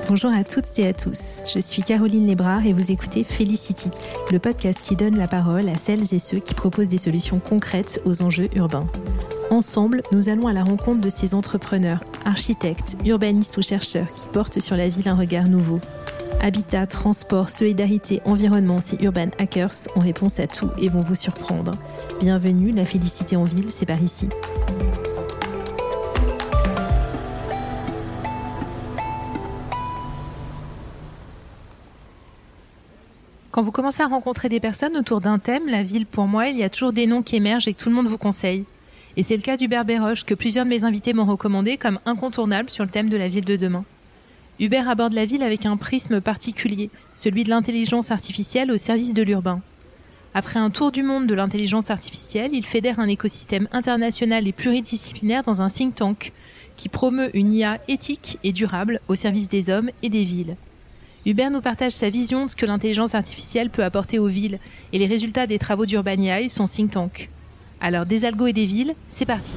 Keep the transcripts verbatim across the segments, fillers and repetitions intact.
Bonjour à toutes et à tous, je suis Caroline Lébrard et vous écoutez Felicity, le podcast qui donne la parole à celles et ceux qui proposent des solutions concrètes aux enjeux urbains. Ensemble, nous allons à la rencontre de ces entrepreneurs, architectes, urbanistes ou chercheurs qui portent sur la ville un regard nouveau. Habitat, transport, solidarité, environnement, ces Urban Hackers ont réponse à tout et vont vous surprendre. Bienvenue, la félicité en ville, c'est par ici. Quand vous commencez à rencontrer des personnes autour d'un thème, la ville pour moi, il y a toujours des noms qui émergent et que tout le monde vous conseille. Et c'est le cas d'Hubert Béroche que plusieurs de mes invités m'ont recommandé comme incontournable sur le thème de la ville de demain. Hubert aborde la ville avec un prisme particulier, celui de l'intelligence artificielle au service de l'urbain. Après un tour du monde de l'intelligence artificielle, il fédère un écosystème international et pluridisciplinaire dans un think tank qui promeut une I A éthique et durable au service des hommes et des villes. Hubert nous partage sa vision de ce que l'intelligence artificielle peut apporter aux villes et les résultats des travaux d'Urban A I, son think tank. Alors, des algos et des villes, c'est parti.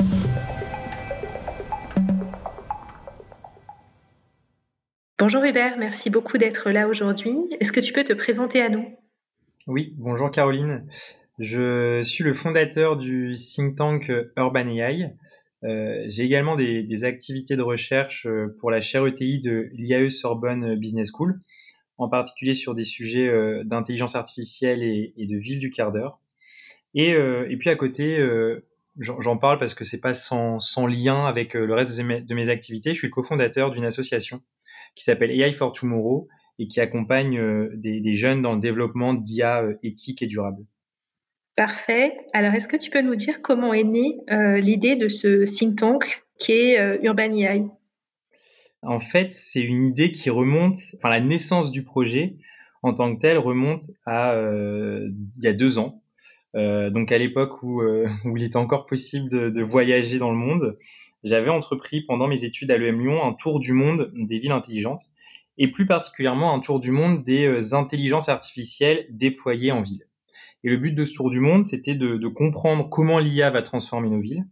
Bonjour Hubert, merci beaucoup d'être là aujourd'hui. Est-ce que tu peux te présenter à nous ? Oui, bonjour Caroline. Je suis le fondateur du think tank Urban A I. Euh, j'ai également des, des activités de recherche pour la chaire E T I de l'I A E Sorbonne Business School, en particulier sur des sujets euh, d'intelligence artificielle et, et de ville du quart d'heure. Et, euh, et puis à côté, euh, j'en, j'en parle parce que c'est pas sans, sans lien avec euh, le reste de mes, de mes activités. Je suis le cofondateur d'une association qui s'appelle A I for Tomorrow et qui accompagne euh, des, des jeunes dans le développement d'I A euh, éthique et durable. Parfait. Alors, est-ce que tu peux nous dire comment est née euh, l'idée de ce think tank qui est euh, Urban A I ? En fait, c'est une idée qui remonte, enfin la naissance du projet en tant que tel remonte à euh, il y a deux ans. Euh, donc à l'époque où, euh, où il était encore possible de, de voyager dans le monde, j'avais entrepris pendant mes études à l'E M Lyon un tour du monde des villes intelligentes et plus particulièrement un tour du monde des euh, intelligences artificielles déployées en ville. Et le but de ce tour du monde, c'était de, de comprendre comment l'I A va transformer nos villes.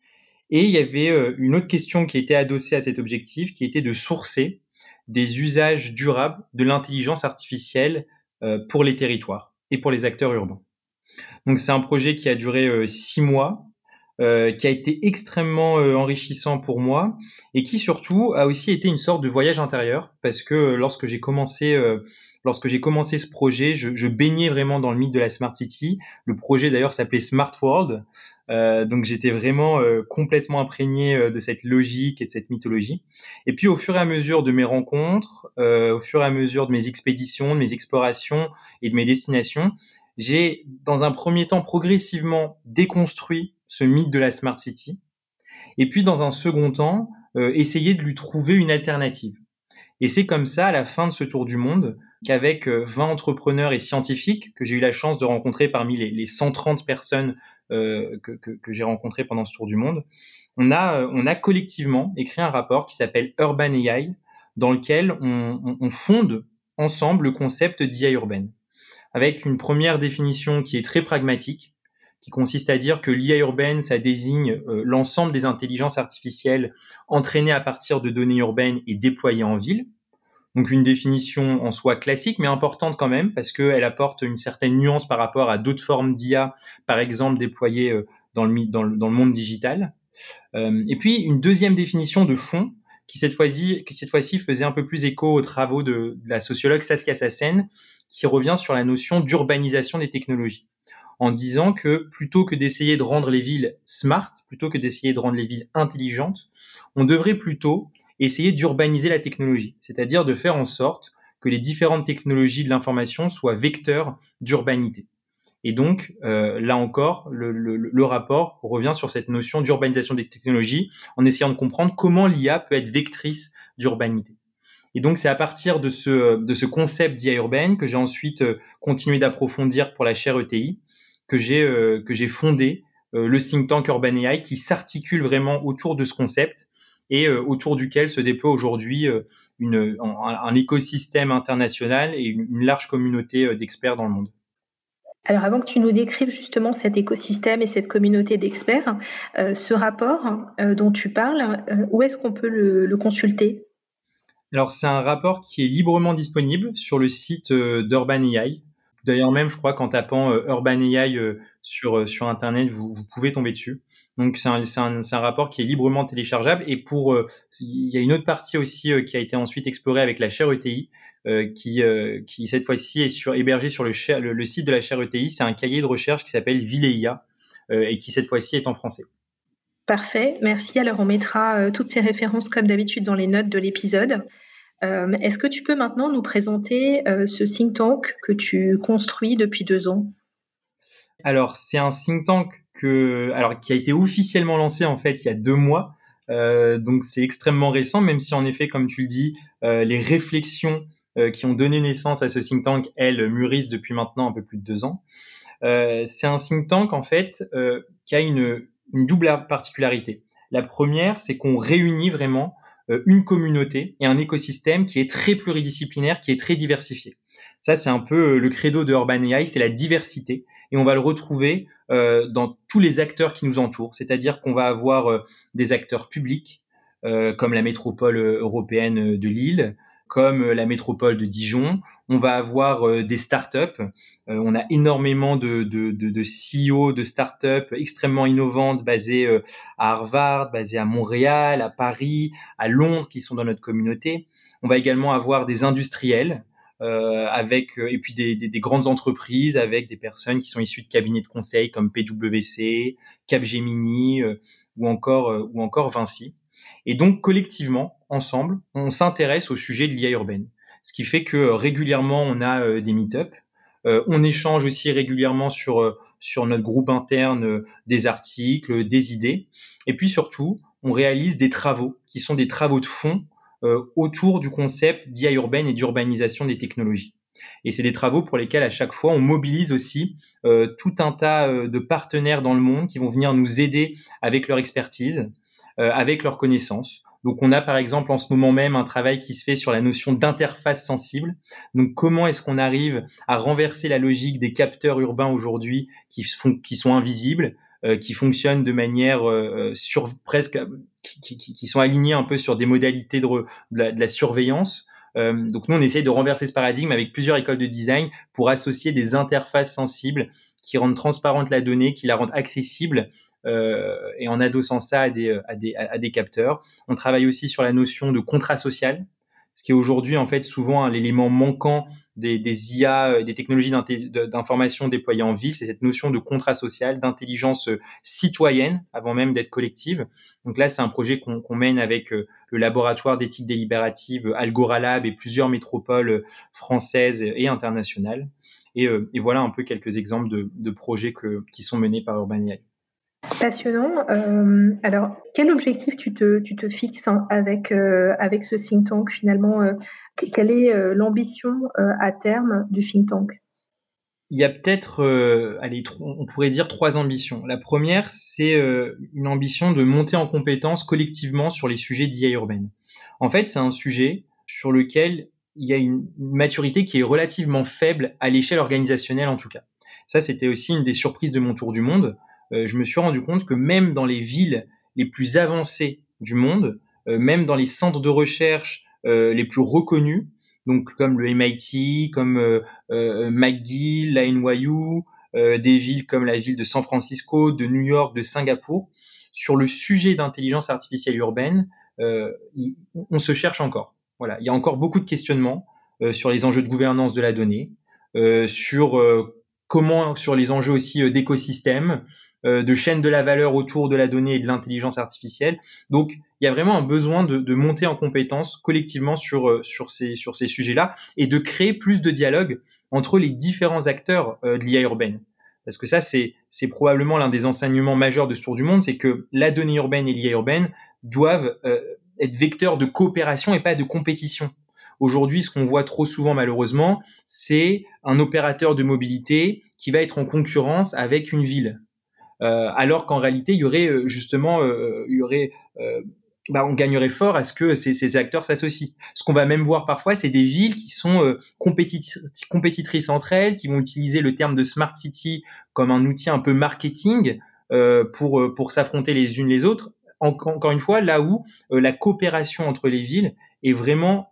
Et il y avait euh, une autre question qui était adossée à cet objectif, qui était de sourcer des usages durables de l'intelligence artificielle euh, pour les territoires et pour les acteurs urbains. Donc c'est un projet qui a duré euh, six mois, euh, qui a été extrêmement euh, enrichissant pour moi et qui surtout a aussi été une sorte de voyage intérieur parce que euh, lorsque j'ai commencé euh, lorsque j'ai commencé ce projet, je, je baignais vraiment dans le mythe de la Smart City. Le projet d'ailleurs s'appelait Smart World, euh, donc j'étais vraiment euh, complètement imprégné euh, de cette logique et de cette mythologie. Et puis au fur et à mesure de mes rencontres, euh, au fur et à mesure de mes expéditions, de mes explorations et de mes destinations, j'ai, dans un premier temps, progressivement déconstruit ce mythe de la Smart City. Et puis, dans un second temps, euh, essayé de lui trouver une alternative. Et c'est comme ça, à la fin de ce tour du monde, qu'avec euh, vingt entrepreneurs et scientifiques que j'ai eu la chance de rencontrer parmi les, les cent trente personnes euh, que, que, que j'ai rencontrées pendant ce tour du monde, on a, euh, on a collectivement écrit un rapport qui s'appelle Urban A I, dans lequel on, on, on fonde ensemble le concept d'I A urbaine, avec une première définition qui est très pragmatique, qui consiste à dire que l'I A urbaine, ça désigne euh, l'ensemble des intelligences artificielles entraînées à partir de données urbaines et déployées en ville. Donc une définition en soi classique, mais importante quand même, parce qu'elle apporte une certaine nuance par rapport à d'autres formes d'I A, par exemple déployées euh, dans, le, dans, le, dans le monde digital. Euh, et puis une deuxième définition de fond, qui cette fois-ci, qui cette fois-ci faisait un peu plus écho aux travaux de, de la sociologue Saskia Sassen, qui revient sur la notion d'urbanisation des technologies, en disant que plutôt que d'essayer de rendre les villes smart, plutôt que d'essayer de rendre les villes intelligentes, on devrait plutôt essayer d'urbaniser la technologie, c'est-à-dire de faire en sorte que les différentes technologies de l'information soient vecteurs d'urbanité. Et donc, euh, là encore, le, le, le rapport revient sur cette notion d'urbanisation des technologies en essayant de comprendre comment l'I A peut être vectrice d'urbanité. Et donc, c'est à partir de ce, de ce concept d'I A urbaine que j'ai ensuite euh, continué d'approfondir pour la chaire E T I, que j'ai, euh, que j'ai fondé euh, le think tank Urban A I qui s'articule vraiment autour de ce concept et euh, autour duquel se déploie aujourd'hui euh, une, un, un écosystème international et une, une large communauté euh, d'experts dans le monde. Alors avant que tu nous décrives justement cet écosystème et cette communauté d'experts, euh, ce rapport euh, dont tu parles, euh, où est-ce qu'on peut le, le consulter ? Alors, c'est un rapport qui est librement disponible sur le site euh, d'Urban A I. D'ailleurs, même, je crois qu'en tapant euh, Urban A I euh, sur, euh, sur Internet, vous, vous pouvez tomber dessus. Donc, c'est un, c'est, un, c'est un rapport qui est librement téléchargeable. Et pour, euh, il y a une autre partie aussi euh, qui a été ensuite explorée avec la chaire E T I, euh, qui, euh, qui cette fois-ci est sur, hébergée sur le, chaire- le, le site de la chaire E T I. C'est un cahier de recherche qui s'appelle Vileia euh, et qui cette fois-ci est en français. Parfait, merci. Alors on mettra euh, toutes ces références comme d'habitude dans les notes de l'épisode. Euh, est-ce que tu peux maintenant nous présenter euh, ce think tank que tu construis depuis deux ans? Alors, c'est un think tank que, alors, qui a été officiellement lancé en fait il y a deux mois. Euh, donc, c'est extrêmement récent, même si en effet, comme tu le dis, euh, les réflexions euh, qui ont donné naissance à ce think tank, elles, mûrissent depuis maintenant un peu plus de deux ans. Euh, c'est un think tank en fait euh, qui a une, une double particularité. La première, c'est qu'on réunit vraiment euh, une communauté et un écosystème qui est très pluridisciplinaire, qui est très diversifié. Ça, c'est un peu euh, le credo de Urban A I, c'est la diversité, et on va le retrouver euh, dans tous les acteurs qui nous entourent. C'est-à-dire qu'on va avoir euh, des acteurs publics, euh, comme la métropole européenne de Lille, comme euh, la métropole de Dijon. On va avoir euh, des startups. Euh, on a énormément de, de, de, de C E O de startups extrêmement innovantes basées euh, à Harvard, basées à Montréal, à Paris, à Londres, qui sont dans notre communauté. On va également avoir des industriels euh, avec euh, et puis des, des, des grandes entreprises avec des personnes qui sont issues de cabinets de conseil comme P W C, Capgemini euh, ou encore euh, ou encore Vinci. Et donc collectivement, ensemble, on s'intéresse au sujet de l'I A urbaine. Ce qui fait que euh, régulièrement, on a euh, des meet-up. Euh, on échange aussi régulièrement sur, euh, sur notre groupe interne euh, des articles, des idées. Et puis surtout, on réalise des travaux qui sont des travaux de fond euh, autour du concept d'I A urbaine et d'urbanisation des technologies. Et c'est des travaux pour lesquels à chaque fois, on mobilise aussi euh, tout un tas euh, de partenaires dans le monde qui vont venir nous aider avec leur expertise, euh, avec leurs connaissances. Donc, on a par exemple en ce moment même un travail qui se fait sur la notion d'interface sensible. Donc, comment est-ce qu'on arrive à renverser la logique des capteurs urbains aujourd'hui qui, font, qui sont invisibles, euh, qui fonctionnent de manière euh, sur presque qui, qui, qui sont alignés un peu sur des modalités de, re, de, la, de la surveillance. Euh, donc, nous, on essaye de renverser ce paradigme avec plusieurs écoles de design pour associer des interfaces sensibles qui rendent transparente la donnée, qui la rendent accessible euh, et en adossant ça à des, à, des, à des capteurs. On travaille aussi sur la notion de contrat social, ce qui est aujourd'hui en fait souvent hein, l'élément manquant des, des I A, des technologies d'information déployées en ville, c'est cette notion de contrat social, d'intelligence citoyenne avant même d'être collective. Donc là, c'est un projet qu'on qu'on mène avec le laboratoire d'éthique délibérative Algoralab et plusieurs métropoles françaises et internationales. Et, euh, et voilà un peu quelques exemples de, de projets que, qui sont menés par Urban A I. Passionnant. Euh, alors, quel objectif tu te, tu te fixes hein, avec, euh, avec ce think tank finalement euh, Quelle est euh, l'ambition euh, à terme du think tank? Il y a peut-être, euh, allez, on pourrait dire trois ambitions. La première, c'est euh, une ambition de monter en compétence collectivement sur les sujets d'I A urbaine. En fait, c'est un sujet sur lequel il y a une, une maturité qui est relativement faible à l'échelle organisationnelle en tout cas. Ça, c'était aussi une des surprises de mon tour du monde. Euh, je me suis rendu compte que même dans les villes les plus avancées du monde, euh, même dans les centres de recherche euh, les plus reconnus, donc comme le M I T, comme euh, euh, McGill, la N Y U, euh, des villes comme la ville de San Francisco, de New York, de Singapour, sur le sujet d'intelligence artificielle urbaine, euh, on se cherche encore. Voilà, il y a encore beaucoup de questionnements euh, sur les enjeux de gouvernance de la donnée, euh, sur euh, comment, sur les enjeux aussi euh, d'écosystème, euh, de chaîne de la valeur autour de la donnée et de l'intelligence artificielle. Donc, il y a vraiment un besoin de, de monter en compétence collectivement sur euh, sur ces sur ces sujets-là et de créer plus de dialogue entre les différents acteurs euh, de l'I A urbaine. Parce que ça, c'est c'est probablement l'un des enseignements majeurs de ce tour du monde, c'est que la donnée urbaine et l'I A urbaine doivent euh, être vecteurs de coopération et pas de compétition. Aujourd'hui, ce qu'on voit trop souvent malheureusement, c'est un opérateur de mobilité qui va être en concurrence avec une ville. Euh, alors qu'en réalité, il y aurait euh, justement, euh, il y aurait, euh, bah, on gagnerait fort à ce que ces, ces acteurs s'associent. Ce qu'on va même voir parfois, c'est des villes qui sont euh, compétit- compétitrices entre elles, qui vont utiliser le terme de smart city comme un outil un peu marketing euh, pour euh, pour s'affronter les unes les autres. En- encore une fois, là où euh, la coopération entre les villes est vraiment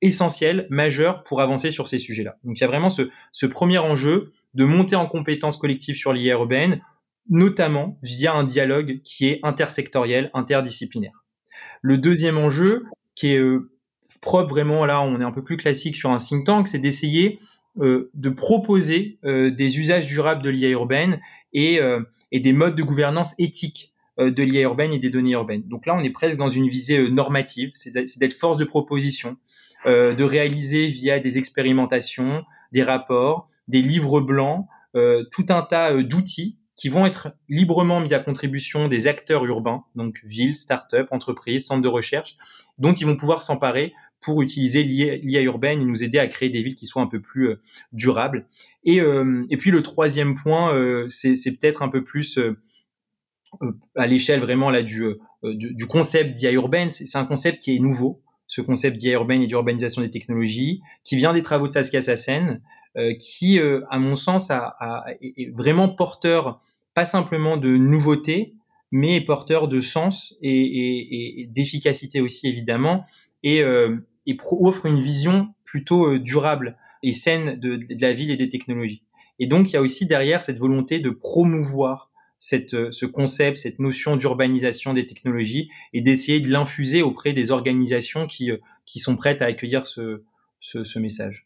essentiel, majeur pour avancer sur ces sujets-là. Donc il y a vraiment ce, ce premier enjeu de monter en compétences collectives sur l'I A urbaine, notamment via un dialogue qui est intersectoriel, interdisciplinaire. Le deuxième enjeu, qui est euh, propre vraiment, là on est un peu plus classique sur un think tank, c'est d'essayer euh, de proposer euh, des usages durables de l'I A urbaine et, euh, et des modes de gouvernance éthiques euh, de l'I A urbaine et des données urbaines. Donc là on est presque dans une visée euh, normative, c'est d'être force de proposition, euh, de réaliser via des expérimentations, des rapports, des livres blancs, euh, tout un tas euh, d'outils qui vont être librement mis à contribution des acteurs urbains, donc villes, start-up, entreprises, centres de recherche, dont ils vont pouvoir s'emparer pour utiliser l'I A urbaine et nous aider à créer des villes qui soient un peu plus euh, durables. Et, euh, et puis le troisième point, euh, c'est, c'est peut-être un peu plus euh, euh, à l'échelle vraiment là du, euh, du, du concept d'I A urbaine. C'est, c'est un concept qui est nouveau, ce concept d'I A urbaine et d'urbanisation des technologies, qui vient des travaux de Saskia Sassen, euh, qui, euh, à mon sens, a, a, est vraiment porteur pas simplement de nouveautés, mais porteur de sens et, et, et d'efficacité aussi évidemment, et, euh, et pro- offre une vision plutôt euh, durable et saine de, de la ville et des technologies. Et donc il y a aussi derrière cette volonté de promouvoir cette, ce concept, cette notion d'urbanisation des technologies et d'essayer de l'infuser auprès des organisations qui, qui sont prêtes à accueillir ce, ce, ce message.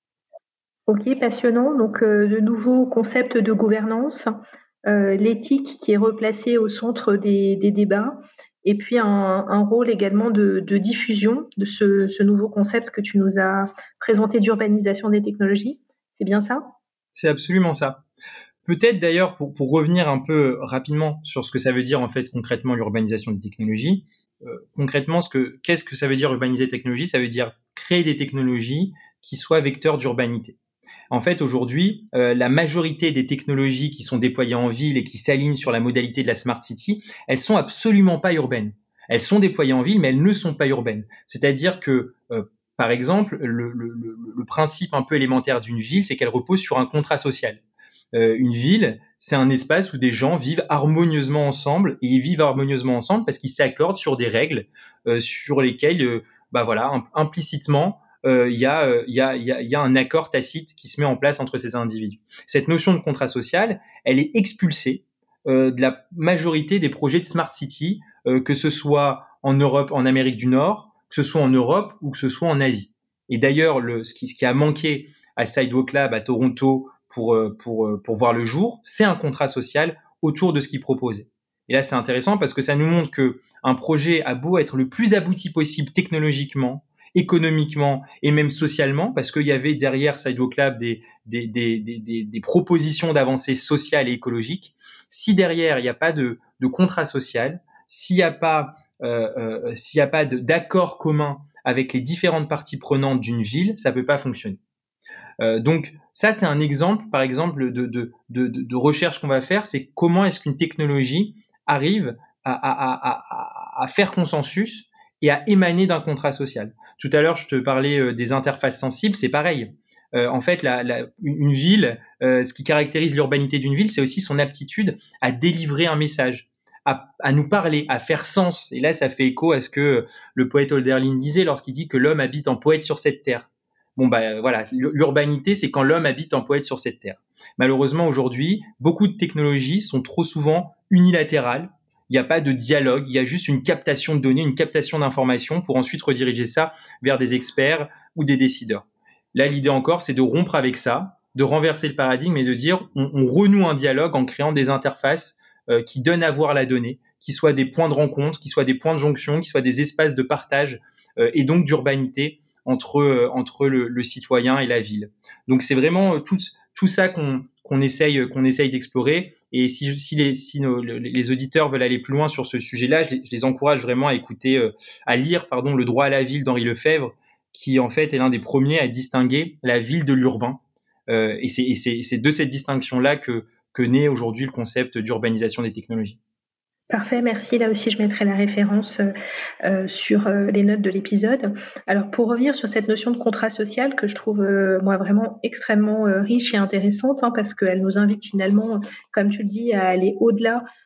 Ok, passionnant. Donc, euh, de nouveaux concepts de gouvernance, euh, l'éthique qui est replacée au centre des, des débats, et puis un, un rôle également de, de diffusion de ce, ce nouveau concept que tu nous as présenté d'urbanisation des technologies. C'est bien ça? C'est absolument ça. Peut-être d'ailleurs, pour, pour revenir un peu rapidement sur ce que ça veut dire en fait concrètement l'urbanisation des technologies, euh, concrètement, ce que, qu'est-ce que ça veut dire urbaniser les technologies? Ça veut dire créer des technologies qui soient vecteurs d'urbanité. En fait, aujourd'hui, euh, la majorité des technologies qui sont déployées en ville et qui s'alignent sur la modalité de la Smart City, elles sont absolument pas urbaines. Elles sont déployées en ville, mais elles ne sont pas urbaines. C'est-à-dire que, euh, par exemple, le, le, le, le principe un peu élémentaire d'une ville, c'est qu'elle repose sur un contrat social. Euh, une ville, c'est un espace où des gens vivent harmonieusement ensemble, et ils vivent harmonieusement ensemble parce qu'ils s'accordent sur des règles euh, sur lesquelles, euh, bah voilà, implicitement, il euh, y, euh, y, a, y, a, y a un accord tacite qui se met en place entre ces individus. Cette notion de contrat social, elle est expulsée euh, de la majorité des projets de Smart City, euh, que ce soit en Europe, en Amérique du Nord, que ce soit en Europe ou que ce soit en Asie. Et d'ailleurs, le, ce, qui, ce qui a manqué à Sidewalk Lab à Toronto pour, pour, pour voir le jour, c'est un contrat social autour de ce qu'ils proposaient. Et là, c'est intéressant parce que ça nous montre que un projet a beau être le plus abouti possible technologiquement, économiquement et même socialement, parce qu'il y avait derrière Sidewalk Lab des, des, des, des, des propositions d'avancée sociale et écologique. Si derrière, il n'y a pas de, de contrat social, s'il n'y a pas, euh, euh, s'il n'y a pas de, d'accord commun avec les différentes parties prenantes d'une ville, ça peut pas fonctionner. Euh, donc ça, c'est un exemple, par exemple, de, de, de, de recherche qu'on va faire, c'est comment est-ce qu'une technologie arrive à, à, à, à faire consensus et à émaner d'un contrat social. Tout à l'heure, je te parlais euh, des interfaces sensibles, c'est pareil. Euh, en fait, la, la, une ville, euh, ce qui caractérise l'urbanité d'une ville, c'est aussi son aptitude à délivrer un message, à, à nous parler, à faire sens. Et là, ça fait écho à ce que le poète Hölderlin disait lorsqu'il dit que l'homme habite en poète sur cette terre. Bon, bah voilà, l'urbanité, c'est quand l'homme habite en poète sur cette terre. Malheureusement, aujourd'hui, beaucoup de technologies sont trop souvent unilatérales. Il n'y a pas de dialogue, il y a juste une captation de données, une captation d'informations pour ensuite rediriger ça vers des experts ou des décideurs. Là, l'idée encore, c'est de rompre avec ça, de renverser le paradigme et de dire on, on renoue un dialogue en créant des interfaces euh, qui donnent à voir la donnée, qui soient des points de rencontre, qui soient des points de jonction, qui soient des espaces de partage euh, et donc d'urbanité entre euh, entre le, le citoyen et la ville. Donc c'est vraiment tout tout ça qu'on qu'on essaye qu'on essaye d'explorer. Et si si les si nos, les auditeurs veulent aller plus loin sur ce sujet-là, je les, je les encourage vraiment à écouter euh, à lire pardon le droit à la ville d'Henri Lefebvre, qui en fait est l'un des premiers à distinguer la ville de l'urbain. Euh, et c'est et c'est c'est de cette distinction là que que naît aujourd'hui le concept d'urbanisation des technologies. Parfait, merci. Là aussi, je mettrai la référence euh, sur euh, les notes de l'épisode. Alors, pour revenir sur cette notion de contrat social que je trouve, euh, moi, vraiment extrêmement euh, riche et intéressante, hein, parce qu'elle nous invite finalement, comme tu le dis, à aller au-delà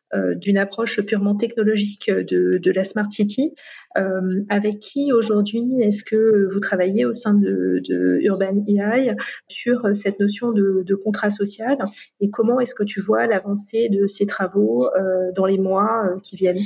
euh, d'une approche purement technologique de, de la Smart City. Euh, avec qui aujourd'hui est-ce que vous travaillez au sein de, de Urban A I sur cette notion de, de contrat social et comment est-ce que tu vois l'avancée de ces travaux euh, dans les mois euh, qui viennent?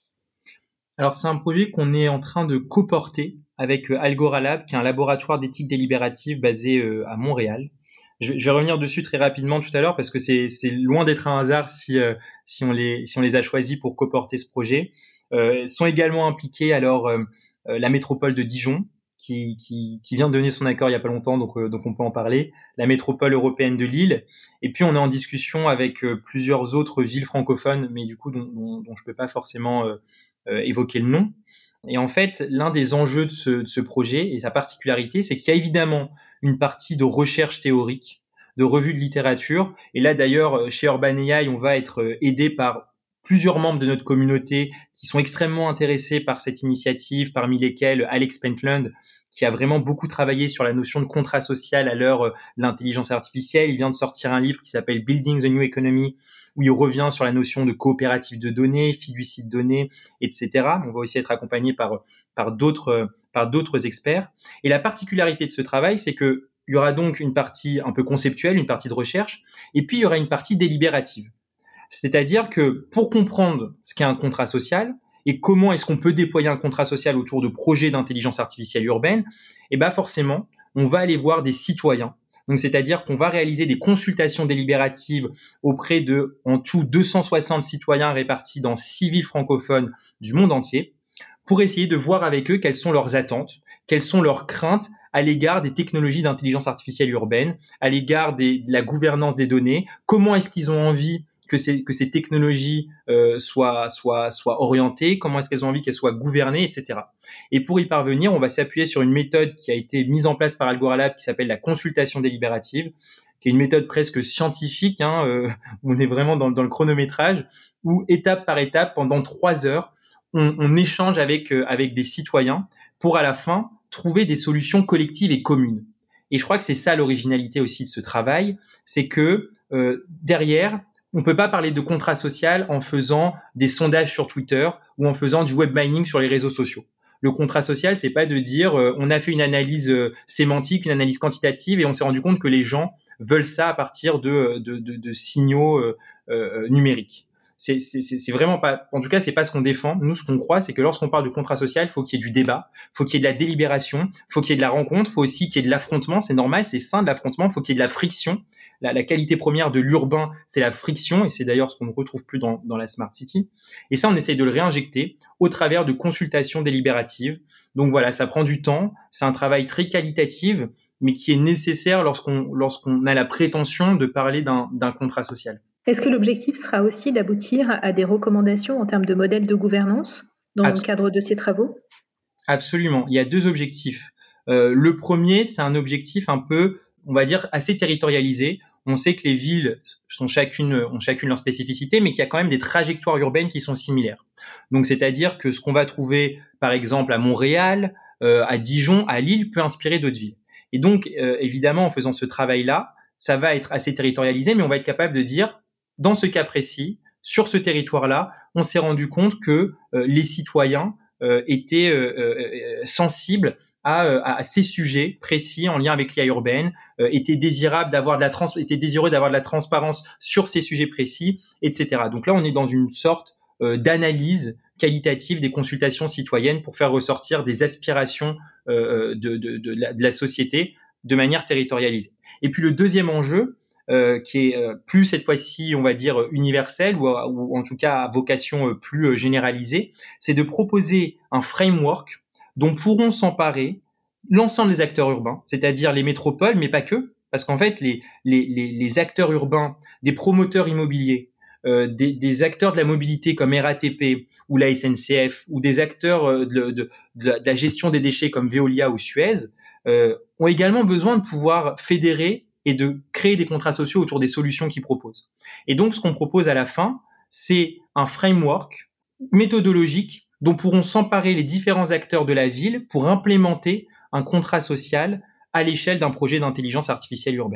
Alors c'est un projet qu'on est en train de coporter avec euh, Algora Lab, qui est un laboratoire d'éthique délibérative basé euh, à Montréal. Je, je vais revenir dessus très rapidement tout à l'heure parce que c'est, c'est loin d'être un hasard si, euh, si, on les, si on les a choisis pour coporter ce projet. Euh, sont également impliqués alors euh, euh, la métropole de Dijon, qui, qui, qui vient de donner son accord il y a pas longtemps, donc, euh, donc on peut en parler, la métropole européenne de Lille, et puis on est en discussion avec euh, plusieurs autres villes francophones, mais du coup dont, dont, dont je peux pas forcément euh, euh, évoquer le nom. Et en fait, l'un des enjeux de ce, de ce projet et sa particularité, c'est qu'il y a évidemment une partie de recherche théorique, de revue de littérature. Et là, d'ailleurs, chez Urban A I, on va être aidé par plusieurs membres de notre communauté qui sont extrêmement intéressés par cette initiative, parmi lesquels Alex Pentland, qui a vraiment beaucoup travaillé sur la notion de contrat social à l'heure de l'intelligence artificielle. Il vient de sortir un livre qui s'appelle Building the New Economy, où il revient sur la notion de coopérative de données, fiducie de données, et cetera. On va aussi être accompagné par, par d'autres, par d'autres experts. Et la particularité de ce travail, c'est que il y aura donc une partie un peu conceptuelle, une partie de recherche, et puis il y aura une partie délibérative. C'est-à-dire que pour comprendre ce qu'est un contrat social et comment est-ce qu'on peut déployer un contrat social autour de projets d'intelligence artificielle urbaine, eh ben forcément, on va aller voir des citoyens. Donc, c'est-à-dire qu'on va réaliser des consultations délibératives auprès de, en tout, deux cent soixante citoyens répartis dans six villes francophones du monde entier pour essayer de voir avec eux quelles sont leurs attentes, quelles sont leurs craintes à l'égard des technologies d'intelligence artificielle urbaine, à l'égard des, de la gouvernance des données, comment est-ce qu'ils ont envie que ces, que ces technologies euh, soient, soient, soient orientées, comment est-ce qu'elles ont envie qu'elles soient gouvernées, et cetera. Et pour y parvenir, on va s'appuyer sur une méthode qui a été mise en place par Algora Lab qui s'appelle la consultation délibérative, qui est une méthode presque scientifique, hein, euh, où on est vraiment dans, dans le chronométrage, où étape par étape, pendant trois heures, on, on échange avec, euh, avec des citoyens pour à la fin trouver des solutions collectives et communes. Et je crois que c'est ça l'originalité aussi de ce travail, c'est que euh, derrière, on peut pas parler de contrat social en faisant des sondages sur Twitter ou en faisant du web mining sur les réseaux sociaux. Le contrat social, c'est pas de dire euh, on a fait une analyse euh, sémantique, une analyse quantitative et on s'est rendu compte que les gens veulent ça à partir de, de, de, de signaux euh, euh, numériques. C'est, c'est, c'est vraiment pas, en tout cas, c'est pas ce qu'on défend. Nous, ce qu'on croit, c'est que lorsqu'on parle de contrat social, il faut qu'il y ait du débat, il faut qu'il y ait de la délibération, il faut qu'il y ait de la rencontre, il faut aussi qu'il y ait de l'affrontement. C'est normal, c'est sain de l'affrontement. Il faut qu'il y ait de la friction. La, la qualité première de l'urbain, c'est la friction, et c'est d'ailleurs ce qu'on ne retrouve plus dans, dans la Smart City. Et ça, on essaye de le réinjecter au travers de consultations délibératives. Donc voilà, ça prend du temps, c'est un travail très qualitatif, mais qui est nécessaire lorsqu'on, lorsqu'on a la prétention de parler d'un, d'un contrat social. Est-ce que l'objectif sera aussi d'aboutir à des recommandations en termes de modèles de gouvernance dans Absol- le cadre de ces travaux ? Absolument. Il y a deux objectifs. Euh, le premier, c'est un objectif un peu, on va dire, assez territorialisé. On sait que les villes sont chacune, ont chacune leur spécificité, mais qu'il y a quand même des trajectoires urbaines qui sont similaires. Donc, c'est-à-dire que ce qu'on va trouver, par exemple, à Montréal, euh, à Dijon, à Lille, peut inspirer d'autres villes. Et donc, euh, évidemment, en faisant ce travail-là, ça va être assez territorialisé, mais on va être capable de dire, dans ce cas précis, sur ce territoire-là, on s'est rendu compte que euh, les citoyens euh, étaient euh, euh, sensibles à, à ces sujets précis en lien avec l'I A urbaine, euh, étaient désirables d'avoir de la trans, étaient désireux d'avoir de la transparence sur ces sujets précis, et cetera. Donc là, on est dans une sorte euh, d'analyse qualitative des consultations citoyennes pour faire ressortir des aspirations euh, de, de, de, la, de la société de manière territorialisée. Et puis le deuxième enjeu, Euh, qui est euh, plus cette fois-ci, on va dire, universel ou, ou en tout cas à vocation euh, plus euh, généralisée, c'est de proposer un framework dont pourront s'emparer l'ensemble des acteurs urbains, c'est-à-dire les métropoles, mais pas que, parce qu'en fait, les, les, les, les acteurs urbains, des promoteurs immobiliers, euh, des, des acteurs de la mobilité comme R A T P ou la S N C F, ou des acteurs euh, de, de, de, la, de la gestion des déchets comme Veolia ou Suez, euh, ont également besoin de pouvoir fédérer et de créer des contrats sociaux autour des solutions qu'ils proposent. Et donc, ce qu'on propose à la fin, c'est un framework méthodologique dont pourront s'emparer les différents acteurs de la ville pour implémenter un contrat social à l'échelle d'un projet d'intelligence artificielle urbaine.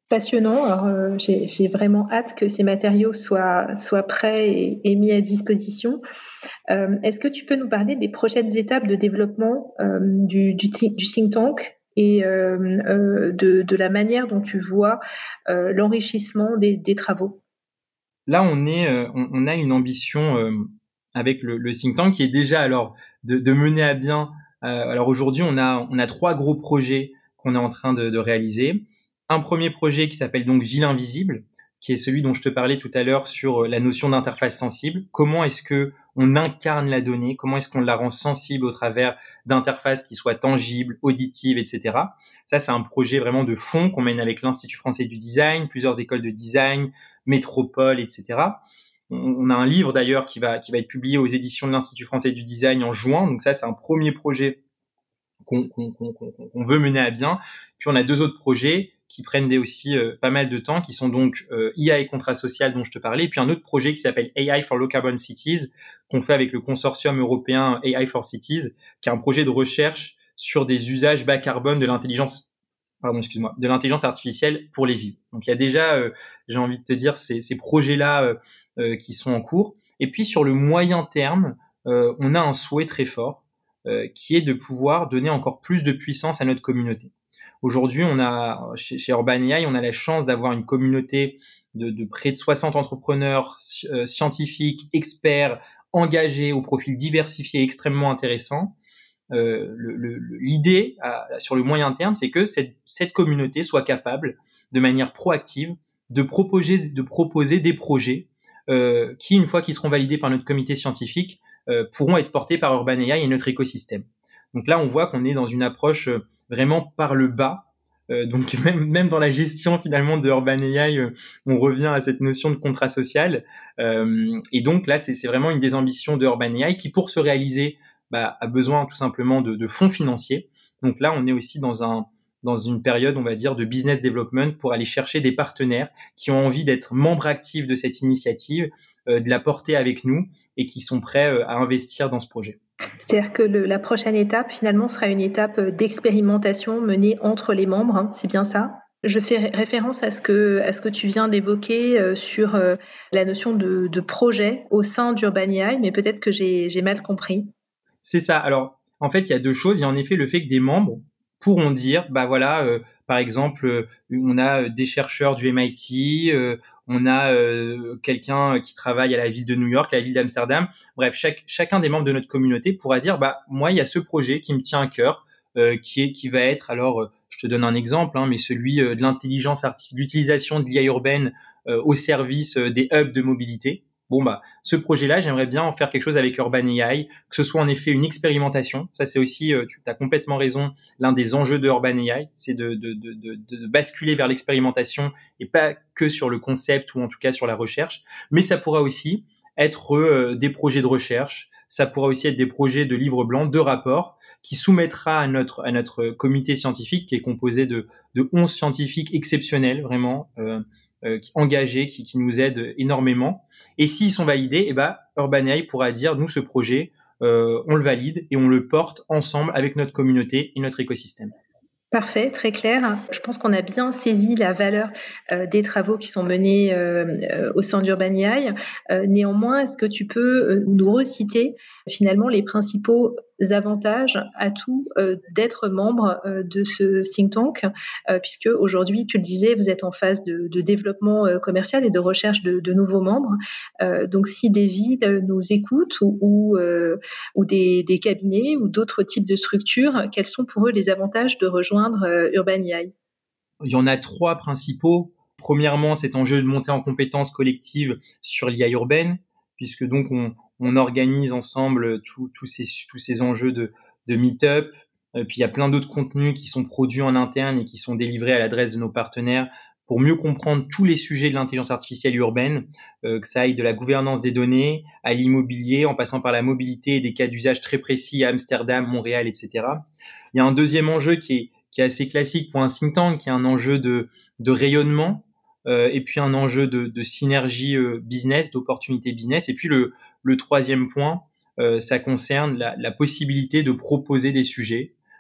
Passionnant. Alors, euh, j'ai, j'ai vraiment hâte que ces matériaux soient, soient prêts et, et mis à disposition. Euh, est-ce que tu peux nous parler des prochaines étapes de développement euh, du, du, du think tank et euh, euh, de, de la manière dont tu vois euh, l'enrichissement des, des travaux? Là, on est, euh, on, on a une ambition euh, avec le, le think tank qui est déjà alors de, de mener à bien. Euh, alors aujourd'hui, on a, on a trois gros projets qu'on est en train de, de réaliser. Un premier projet qui s'appelle donc Ville invisible, qui est celui dont je te parlais tout à l'heure sur la notion d'interface sensible. Comment est-ce que on incarne la donnée? Comment est-ce qu'on la rend sensible au travers d'interfaces qui soient tangibles, auditives, et cetera. Ça, c'est un projet vraiment de fond qu'on mène avec l'Institut français du design, plusieurs écoles de design, Métropole, et cetera. On a un livre d'ailleurs qui va qui va être publié aux éditions de l'Institut français du design en juin. Donc ça, c'est un premier projet qu'on, qu'on, qu'on, qu'on veut mener à bien. Puis on a deux autres projets qui prennent des aussi euh, pas mal de temps, qui sont donc euh, I A et contrat social dont je te parlais, et puis un autre projet qui s'appelle A I for Low Carbon Cities, qu'on fait avec le consortium européen A I for Cities, qui est un projet de recherche sur des usages bas carbone de l'intelligence pardon, excuse-moi, de l'intelligence artificielle pour les villes. Donc il y a déjà, euh, j'ai envie de te dire, ces, ces projets-là euh, euh, qui sont en cours. Et puis sur le moyen terme, euh, on a un souhait très fort euh, qui est de pouvoir donner encore plus de puissance à notre communauté. Aujourd'hui, on a chez, chez Urban A I, on a la chance d'avoir une communauté de, de près de soixante entrepreneurs, euh, scientifiques, experts, engagés, au profil diversifié, extrêmement intéressant. Euh, le, le, l'idée à, sur le moyen terme, c'est que cette, cette communauté soit capable, de manière proactive, de proposer, de proposer des projets euh, qui, une fois qu'ils seront validés par notre comité scientifique, euh, pourront être portés par Urban A I et notre écosystème. Donc là, on voit qu'on est dans une approche euh, vraiment par le bas. Euh, donc même, même dans la gestion finalement de Urban A I, euh, on revient à cette notion de contrat social. Euh, et donc là, c'est, c'est vraiment une des ambitions de Urban A I qui, pour se réaliser, bah, a besoin tout simplement de, de fonds financiers. Donc là, on est aussi dans un dans une période, on va dire, de business development pour aller chercher des partenaires qui ont envie d'être membres actifs de cette initiative, euh, de la porter avec nous et qui sont prêts euh, à investir dans ce projet. C'est-à-dire que le, la prochaine étape, finalement, sera une étape d'expérimentation menée entre les membres, hein, c'est bien ça? Je fais référence à ce que, à ce que tu viens d'évoquer euh, sur euh, la notion de, de projet au sein d'Urban A I, mais peut-être que j'ai, j'ai mal compris. C'est ça. Alors, en fait, il y a deux choses. Il y a en effet le fait que des membres pourront dire, bah voilà, euh, par exemple, euh, on a des chercheurs du M I T, euh, on a euh, quelqu'un qui travaille à la ville de New York, à la ville d'Amsterdam. Bref, chaque, chacun des membres de notre communauté pourra dire, bah moi, il y a ce projet qui me tient à cœur, euh, qui est, qui va être, alors, euh, je te donne un exemple, hein, mais celui euh, de l'intelligence artificielle, l'utilisation de l'I A urbaine euh, au service euh, des hubs de mobilité. Bon bah, ce projet-là, j'aimerais bien en faire quelque chose avec Urban A I, que ce soit en effet une expérimentation. Ça, c'est aussi, euh, tu as complètement raison, l'un des enjeux de Urban A I, c'est de, de, de, de, de basculer vers l'expérimentation et pas que sur le concept ou en tout cas sur la recherche. Mais ça pourra aussi être euh, des projets de recherche, ça pourra aussi être des projets de livres blancs, de rapports, qui soumettra à notre, à notre comité scientifique, qui est composé de, de onze scientifiques exceptionnels, vraiment, euh, euh, engagés, qui, qui nous aident énormément. Et s'ils sont validés, eh ben, Urban A I pourra dire, nous, ce projet, euh, on le valide et on le porte ensemble avec notre communauté et notre écosystème. Parfait, très clair. Je pense qu'on a bien saisi la valeur euh, des travaux qui sont menés euh, euh, au sein d'Urban A I. Euh, néanmoins, est-ce que tu peux euh, nous reciter finalement les principaux avantages, atouts euh, d'être membre euh, de ce think tank, euh, puisque aujourd'hui, tu le disais, vous êtes en phase de, de développement euh, commercial et de recherche de, de nouveaux membres. Euh, donc, si des villes nous écoutent ou, ou, euh, ou des, des cabinets ou d'autres types de structures, quels sont pour eux les avantages de rejoindre euh, Urban A I? Il y en a trois principaux. Premièrement, cet enjeu de monter en compétences collectives sur l'I A urbaine, puisque donc on, on organise ensemble tous ces, tous ces enjeux de, de meet-up. Euh, puis il y a plein d'autres contenus qui sont produits en interne et qui sont délivrés à l'adresse de nos partenaires pour mieux comprendre tous les sujets de l'intelligence artificielle urbaine, euh, que ça aille de la gouvernance des données à l'immobilier, en passant par la mobilité et des cas d'usage très précis à Amsterdam, Montréal, et cetera. Il y a un deuxième enjeu qui est qui est assez classique pour un think tank, qui est un enjeu de, de rayonnement, euh, et puis un enjeu de, de synergie euh, business, d'opportunité business. Et puis le, le troisième point, euh, ça concerne la, la possibilité de proposer des sujets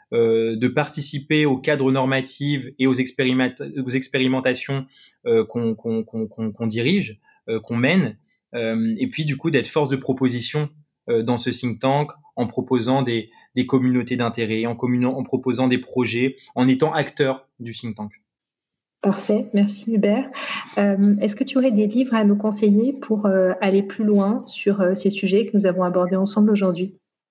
euh, de participer au cadre normatif et aux, expériment- aux expérimentations euh, qu'on, qu'on, qu'on, qu'on, qu'on dirige, euh, qu'on mène, euh, et puis du coup d'être force de proposition euh, dans ce think tank en proposant des, des communautés d'intérêt, en, commun- en proposant des projets, en étant acteur du think tank. Parfait, merci Hubert. Euh, est-ce que tu aurais des livres à nous conseiller pour euh, aller plus loin sur euh, ces sujets que nous avons abordés ensemble aujourd'hui?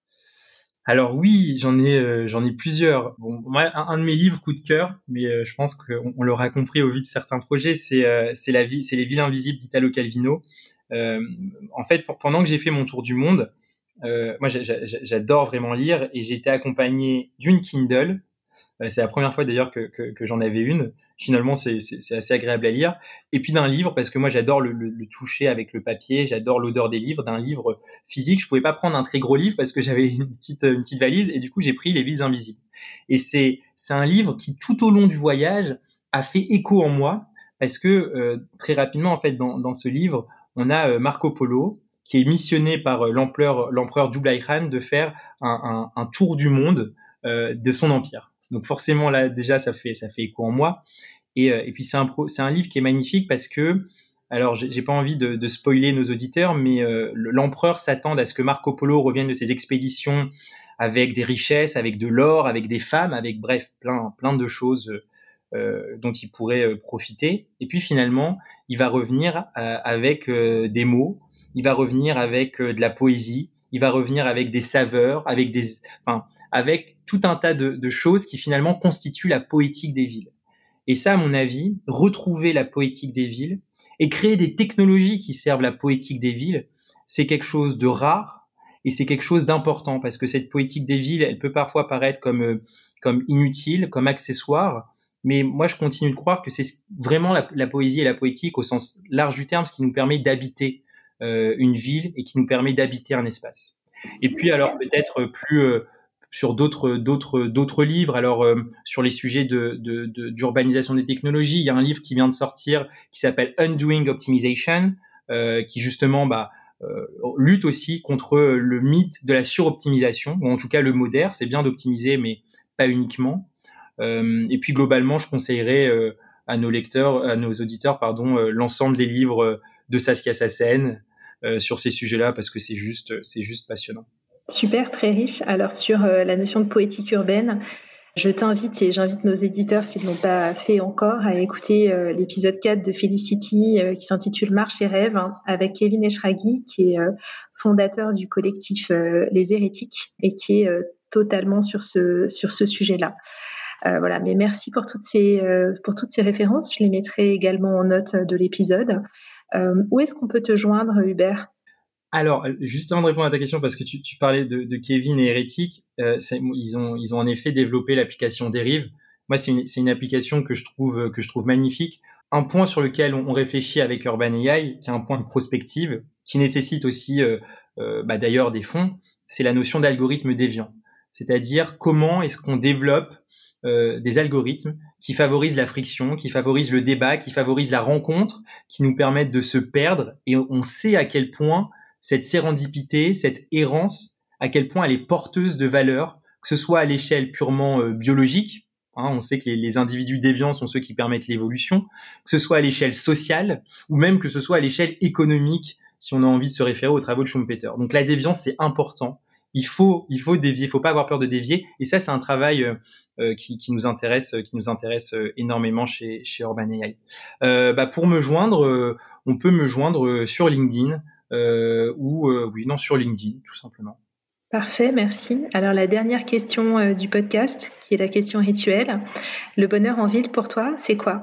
Alors oui, j'en ai euh, j'en ai plusieurs. Bon, moi, un, un de mes livres coup de cœur, mais euh, je pense qu'on on l'aura compris au vu de certains projets, c'est euh, c'est la vie, c'est les villes invisibles d'Italo Calvino. Euh, en fait, pendant que j'ai fait mon tour du monde, euh, moi j'a- j'a- j'adore vraiment lire et j'ai été accompagné d'une Kindle. Euh, c'est la première fois d'ailleurs que, que, que j'en avais une. Finalement, c'est, c'est, c'est assez agréable à lire. Et puis d'un livre, parce que moi j'adore le, le, le toucher avec le papier, j'adore l'odeur des livres, d'un livre physique. Je pouvais pas prendre un très gros livre parce que j'avais une petite, une petite valise et du coup j'ai pris Les Villes Invisibles. Et c'est, c'est un livre qui tout au long du voyage a fait écho en moi parce que euh, très rapidement en fait dans, dans ce livre, on a euh, Marco Polo qui est missionné par euh, l'empereur, l'empereur Kublai Khan de faire un, un, un tour du monde euh, de son empire. Donc forcément là déjà ça fait ça fait écho en moi et, euh, et puis c'est un pro, c'est un livre qui est magnifique parce que alors j'ai, j'ai pas envie de, de spoiler nos auditeurs mais euh, l'empereur s'attend à ce que Marco Polo revienne de ses expéditions avec des richesses, avec de l'or, avec des femmes, avec bref plein plein de choses euh, dont il pourrait euh, profiter. Et puis finalement il va revenir euh, avec euh, des mots, il va revenir avec euh, de la poésie, il va revenir avec des saveurs, avec des enfin avec tout un tas de, de choses qui finalement constituent la poétique des villes. Et ça, à mon avis, retrouver la poétique des villes et créer des technologies qui servent la poétique des villes, c'est quelque chose de rare et c'est quelque chose d'important parce que cette poétique des villes, elle peut parfois paraître comme, euh, comme inutile, comme accessoire, mais moi je continue de croire que c'est vraiment la, la poésie et la poétique au sens large du terme, ce qui nous permet d'habiter euh, une ville et qui nous permet d'habiter un espace. Et puis alors peut-être plus euh, sur d'autres d'autres d'autres livres. Alors euh, sur les sujets de, de, de d'urbanisation des technologies, il y a un livre qui vient de sortir qui s'appelle Undoing Optimization, euh, qui justement bah euh, lutte aussi contre le mythe de la suroptimisation, ou en tout cas le modère. C'est bien d'optimiser, mais pas uniquement. Euh, et puis globalement, je conseillerais euh, à nos lecteurs, à nos auditeurs, pardon, euh, l'ensemble des livres de Saskia Sassen euh, sur ces sujets-là, parce que c'est juste, c'est juste passionnant. Super, très riche. Alors sur euh, la notion de poétique urbaine, je t'invite et j'invite nos éditeurs, s'ils ne l'ont pas fait encore, à écouter euh, l'épisode quatre de Felicity euh, qui s'intitule Marche et rêve, hein, avec Kevin Eshraghi, qui est euh, fondateur du collectif euh, Les Hérétiques et qui est euh, totalement sur ce, sur ce sujet-là. Euh, voilà, mais merci pour toutes, ces, euh, pour toutes ces références. Je les mettrai également en note de l'épisode. Euh, où est-ce qu'on peut te joindre, Hubert ? Alors, juste avant de répondre à ta question, parce que tu, tu parlais de, de Kevin et Hérétique, euh, ils ont ils ont en effet développé l'application Dérive. Moi, c'est une c'est une application que je trouve que je trouve magnifique. Un point sur lequel on, on réfléchit avec Urban A I, qui est un point de prospective, qui nécessite aussi euh, euh, bah, d'ailleurs des fonds, c'est la notion d'algorithme déviant. C'est-à-dire comment est-ce qu'on développe euh, des algorithmes qui favorisent la friction, qui favorisent le débat, qui favorisent la rencontre, qui nous permettent de se perdre. Et on sait à quel point cette sérendipité, cette errance, à quel point elle est porteuse de valeur, que ce soit à l'échelle purement euh, biologique, hein, on sait que les, les individus déviants sont ceux qui permettent l'évolution, que ce soit à l'échelle sociale, ou même que ce soit à l'échelle économique, si on a envie de se référer aux travaux de Schumpeter. Donc la déviance, c'est important. Il faut, il faut dévier, il faut pas avoir peur de dévier. Et ça, c'est un travail euh, euh, qui, qui nous intéresse, qui nous intéresse euh, énormément chez, chez Urban A I. Euh, bah, pour me joindre, euh, on peut me joindre sur LinkedIn. Euh, ou euh, oui, non, sur LinkedIn, tout simplement. Parfait, merci. Alors la dernière question euh, du podcast, qui est la question rituelle. Le bonheur en ville pour toi, c'est quoi ?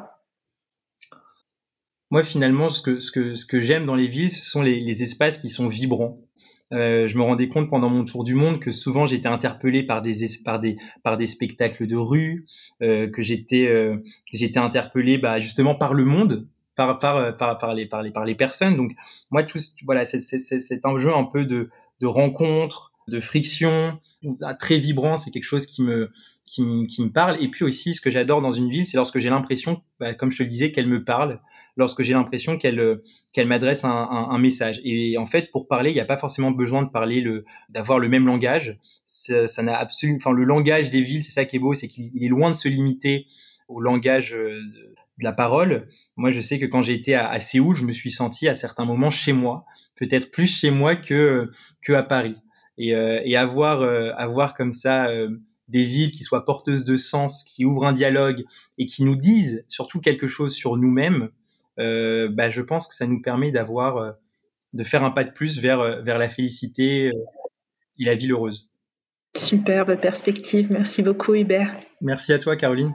Moi, finalement, ce que, ce que, ce que j'aime dans les villes, ce sont les, les espaces qui sont vibrants. Euh, je me rendais compte pendant mon tour du monde que souvent j'étais interpellé par des par des par des spectacles de rue, euh, que j'étais euh, que j'étais interpellé bah, justement par le monde, par par par par les par les par les personnes. Donc moi tout voilà c'est c'est c'est un jeu un peu de de rencontre, de friction, très vibrant. C'est quelque chose qui me qui me qui me parle. Et puis aussi ce que j'adore dans une ville, c'est lorsque j'ai l'impression, bah, comme je te le disais, qu'elle me parle. lorsque j'ai l'impression qu'elle qu'elle m'adresse un, un, un message. Et en fait, pour parler, il n'y a pas forcément besoin de parler le, d'avoir le même langage. Ça, ça n'a absolument, enfin, le langage des villes, c'est ça qui est beau, c'est qu'il est loin de se limiter au langage de la parole. Moi, je sais que quand j'ai été à, à Séoul, je me suis senti à certains moments chez moi, peut-être plus chez moi que que à Paris. Et, euh, et avoir euh, avoir comme ça euh, des villes qui soient porteuses de sens, qui ouvrent un dialogue et qui nous disent surtout quelque chose sur nous-mêmes, euh, bah, je pense que ça nous permet d'avoir euh, de faire un pas de plus vers vers la félicité euh, et la ville heureuse. Superbe perspective. Merci beaucoup, Hubert. Merci à toi, Caroline.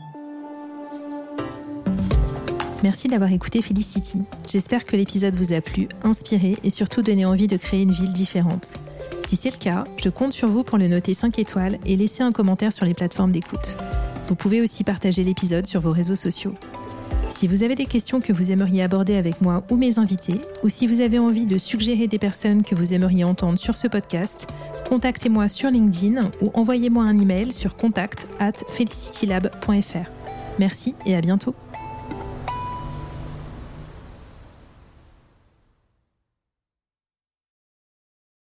Merci d'avoir écouté Felicity. J'espère que l'épisode vous a plu, inspiré et surtout donné envie de créer une ville différente. Si c'est le cas, je compte sur vous pour le noter cinq étoiles et laisser un commentaire sur les plateformes d'écoute. Vous pouvez aussi partager l'épisode sur vos réseaux sociaux. Si vous avez des questions que vous aimeriez aborder avec moi ou mes invités, ou si vous avez envie de suggérer des personnes que vous aimeriez entendre sur ce podcast, contactez-moi sur LinkedIn ou envoyez-moi un email sur contact arobase felicitylab point f r. Merci et à bientôt.